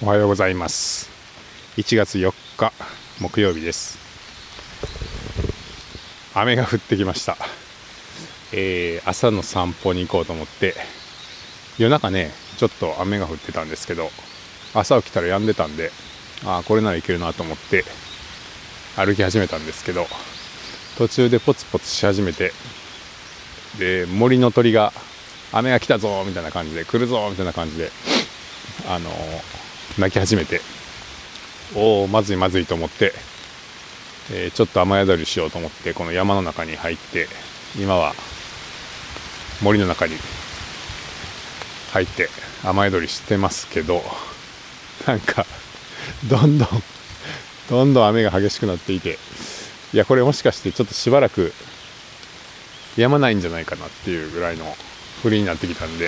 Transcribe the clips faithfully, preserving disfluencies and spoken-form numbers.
おはようございます。いちがつよっか木曜日です。雨が降ってきました。えー、朝の散歩に行こうと思って夜中ねちょっと雨が降ってたんですけど、朝起きたら止んでたんで、あこれならいけるなと思って歩き始めたんですけど、途中でポツポツし始めて、で森の鳥が雨が来たぞみたいな感じで、来るぞみたいな感じであのー鳴き始めて、おおまずいまずいと思って、えー、ちょっと雨宿りしようと思ってこの山の中に入って、今は森の中に入って雨宿りしてますけど、なんかどんどんどんどん雨が激しくなっていて、いやこれもしかしてちょっとしばらく止まないんじゃないかなっていうぐらいの降りになってきたんで、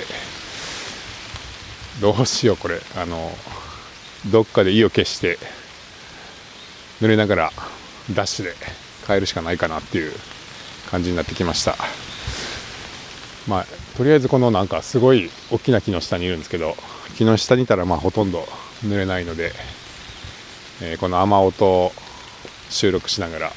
どうしようこれ、あのどっかで意を決して濡れながらダッシュで帰るしかないかなっていう感じになってきました。まあとりあえずこのなんかすごい大きな木の下にいるんですけど、木の下にいたらまあほとんど濡れないので、えー、この雨音を収録しながら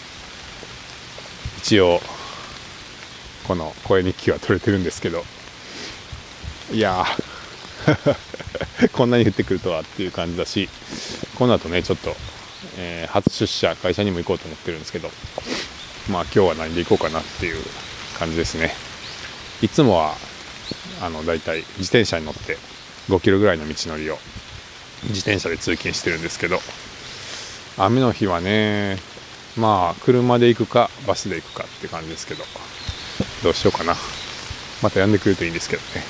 一応この声日記は取れてるんですけど、いやーこんなに降ってくるとはっていう感じだし、この後ねちょっと、えー、初出社会社にも行こうと思ってるんですけど、まあ今日は何で行こうかなっていう感じですね。いつもはあのだいたい自転車に乗ってごキロぐらいの道のりを自転車で通勤してるんですけど、雨の日はねまあ車で行くかバスで行くかって感じですけど、どうしようかな。また止んでくるといいんですけどね。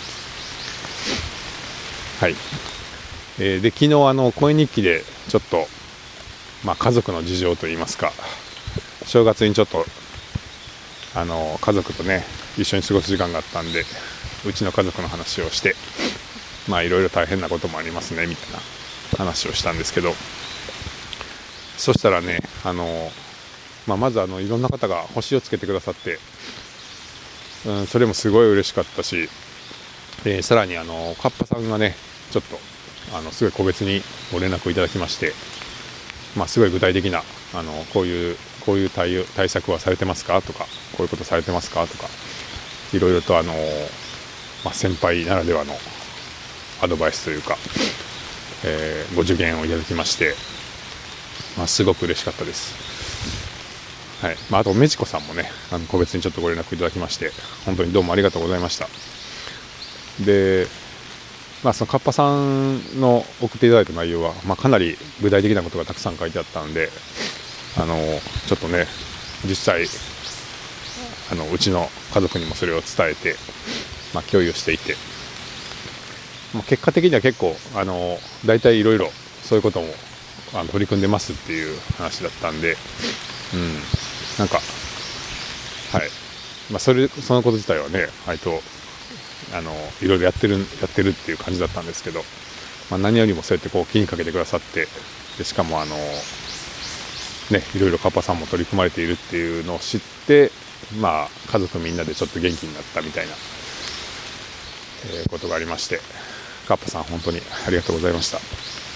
はい、えー、で昨日あの声日記でちょっと、まあ、家族の事情といいますか、正月にちょっとあの家族とね一緒に過ごす時間があったんで、うちの家族の話をして、まあいろいろ大変なこともありますねみたいな話をしたんですけど、そしたらねあの、まあ、まずあのいろんな方が星をつけてくださって、うん、それもすごい嬉しかったし、えー、さらにあのカッパさんがねちょっとあのすごい個別にご連絡をいただきまして、まあ、すごい具体的なあのこういうこういう 対, 対策はされてますかとか、こういうことされてますかとか、いろいろとあの、まあ、先輩ならではのアドバイスというか、えー、ご助言をいただきまして、まあ、すごく嬉しかったです。はい、まあ、あとメチコさんもねあの個別にちょっとご連絡いただきまして、本当にどうもありがとうございました。で、まあ、そのカッパさんの送っていただいた内容は、まあ、かなり具体的なことがたくさん書いてあったので、あのちょっとね実際あのうちの家族にもそれを伝えて、まあ、共有していて、まあ、結果的には結構あのだいたいいろいろそういうこともあの取り組んでますっていう話だったんで、うん、なんかはい、まあ、それそのこと自体はね割とあのいろいろやってるやってるっていう感じだったんですけど、まあ、何よりもそうやってこう気にかけてくださって、でしかもあのねいろいろカッパさんも取り組まれているっていうのを知って、まあ家族みんなでちょっと元気になったみたいな、えー、ことがありまして、カッパさん本当にありがとうございました。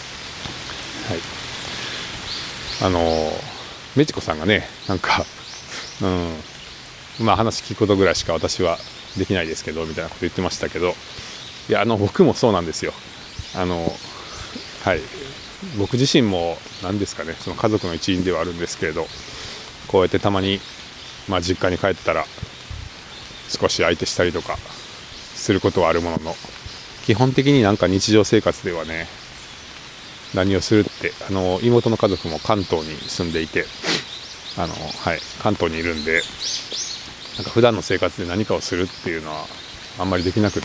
はい、あのメチコさんがねなんかうんまあ話聞くことぐらいしか私はできないですけどみたいなこと言ってましたけど、いやあの僕もそうなんですよ。あのはい僕自身も何ですかね、その家族の一員ではあるんですけれど、こうやってたまに、まあ、実家に帰ったら少し相手したりとかすることはあるものの、基本的になんか日常生活ではね何をするって、あの妹の家族も関東に住んでいて、あの、はい、関東にいるんで、なんか普段の生活で何かをするっていうのはあんまりできなくって、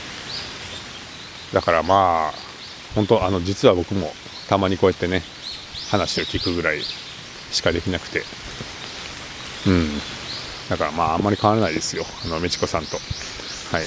だからまあ本当あの実は僕もたまにこうやってね話を聞くぐらいしかできなくて、うんだからまああんまり変わらないですよ、あのメチコさんと。はい、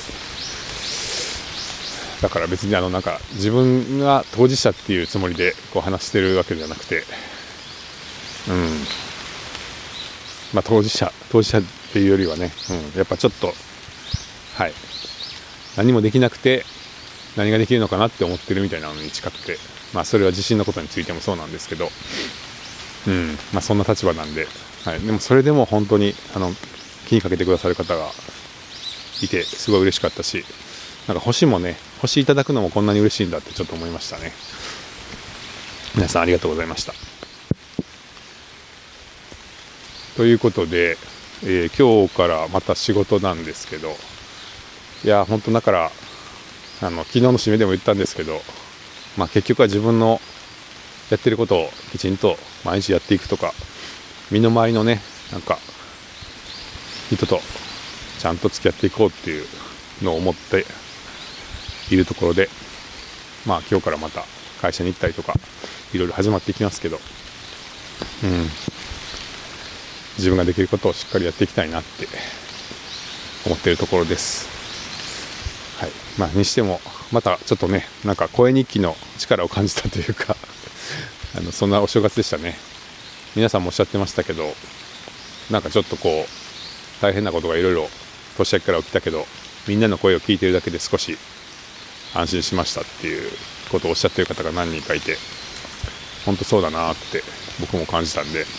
だから別にあのなんか自分が当事者っていうつもりでこう話してるわけじゃなくて、うんまあ当事者当事者っていうよりはね、うん、やっぱちょっとはい何もできなくて何ができるのかなって思ってるみたいなのに近くて、まあそれは地震のことについてもそうなんですけど、うんまあそんな立場なんで、はい、でもそれでも本当にあの気にかけてくださる方がいてすごい嬉しかったし、なんか星もね星いただくのもこんなに嬉しいんだってちょっと思いましたね。皆さんありがとうございました。ということで、えー、今日からまた仕事なんですけど、いや本当だからあの昨日の締めでも言ったんですけど、まあ、結局は自分のやってることをきちんと毎日やっていくとか、身の回りのねなんか人とちゃんと付き合っていこうっていうのを思っているところで、まあ今日からまた会社に行ったりとかいろいろ始まっていきますけど、うん自分ができることをしっかりやっていきたいなって思っているところです。はい、まあにしてもまたちょっとねなんか声日記の力を感じたというかあのそんなお正月でしたね。皆さんもおっしゃってましたけど、なんかちょっとこう大変なことがいろいろ年明けから起きたけど、みんなの声を聞いているだけで少し安心しましたっていうことをおっしゃっている方が何人かいて、本当そうだなって僕も感じたんで、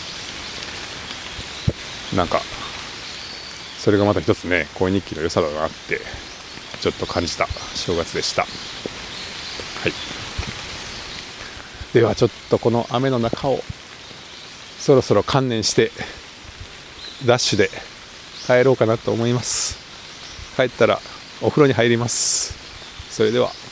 なんかそれがまた一つね声日記の良さだなってちょっと感じた正月でした。はい、ではちょっとこの雨の中をそろそろ観念してダッシュで帰ろうかなと思います。帰ったらお風呂に入ります。それでは。